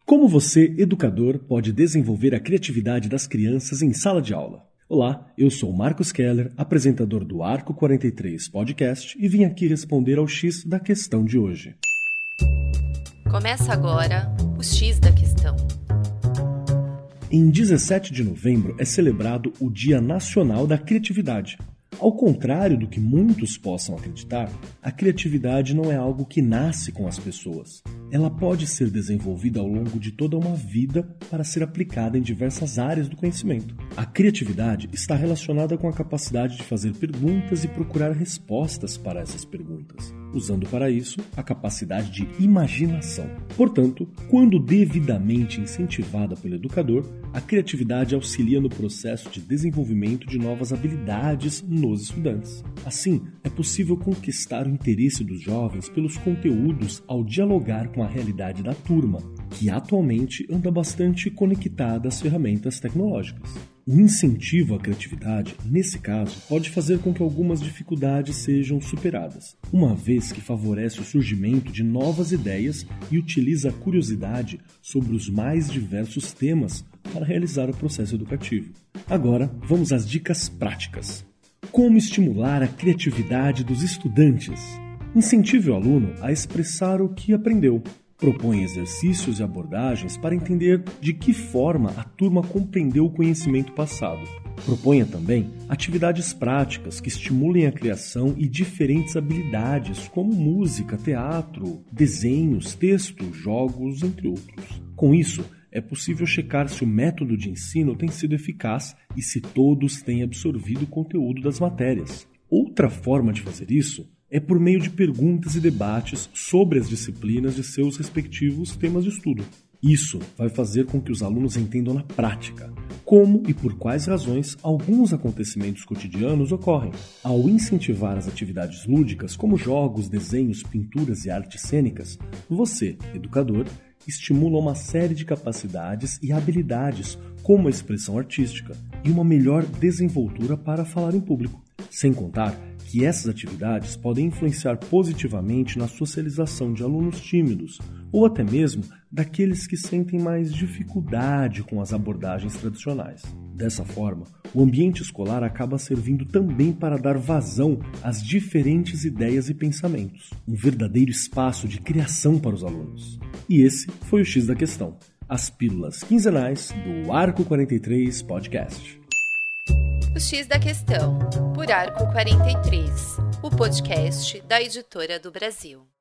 Como você, educador, pode desenvolver a criatividade das crianças em sala de aula? Olá, eu sou Marcos Keller, apresentador do Arco 43 Podcast e vim aqui responder ao X da questão de hoje. Começa agora o X da questão. Em 17 de novembro é celebrado o Dia Nacional da Criatividade. Ao contrário do que muitos possam acreditar, a criatividade não é algo que nasce com as pessoas. Ela pode ser desenvolvida ao longo de toda uma vida para ser aplicada em diversas áreas do conhecimento. A criatividade está relacionada com a capacidade de fazer perguntas e procurar respostas para essas perguntas, usando para isso a capacidade de imaginação. Portanto, quando devidamente incentivada pelo educador, a criatividade auxilia no processo de desenvolvimento de novas habilidades nos estudantes. Assim, é possível conquistar o interesse dos jovens pelos conteúdos ao dialogar com a realidade da turma, que atualmente anda bastante conectada às ferramentas tecnológicas. O incentivo à criatividade, nesse caso, pode fazer com que algumas dificuldades sejam superadas, uma vez que favorece o surgimento de novas ideias e utiliza a curiosidade sobre os mais diversos temas para realizar o processo educativo. Agora, vamos às dicas práticas. Como estimular a criatividade dos estudantes? Incentive o aluno a expressar o que aprendeu. Propõe exercícios e abordagens para entender de que forma a turma compreendeu o conhecimento passado. Proponha também atividades práticas que estimulem a criação e diferentes habilidades, como música, teatro, desenhos, textos, jogos, entre outros. Com isso, é possível checar se o método de ensino tem sido eficaz e se todos têm absorvido o conteúdo das matérias. Outra forma de fazer isso é por meio de perguntas e debates sobre as disciplinas de seus respectivos temas de estudo. Isso vai fazer com que os alunos entendam na prática como e por quais razões alguns acontecimentos cotidianos ocorrem. Ao incentivar as atividades lúdicas, como jogos, desenhos, pinturas e artes cênicas, você, educador, estimula uma série de capacidades e habilidades, como a expressão artística e uma melhor desenvoltura para falar em público. Sem contar que essas atividades podem influenciar positivamente na socialização de alunos tímidos ou até mesmo daqueles que sentem mais dificuldade com as abordagens tradicionais. Dessa forma, o ambiente escolar acaba servindo também para dar vazão às diferentes ideias e pensamentos, um verdadeiro espaço de criação para os alunos. E esse foi o X da questão, as pílulas quinzenais do Arco 43 Podcast. O X da questão, por Arco 43, o podcast da Editora do Brasil.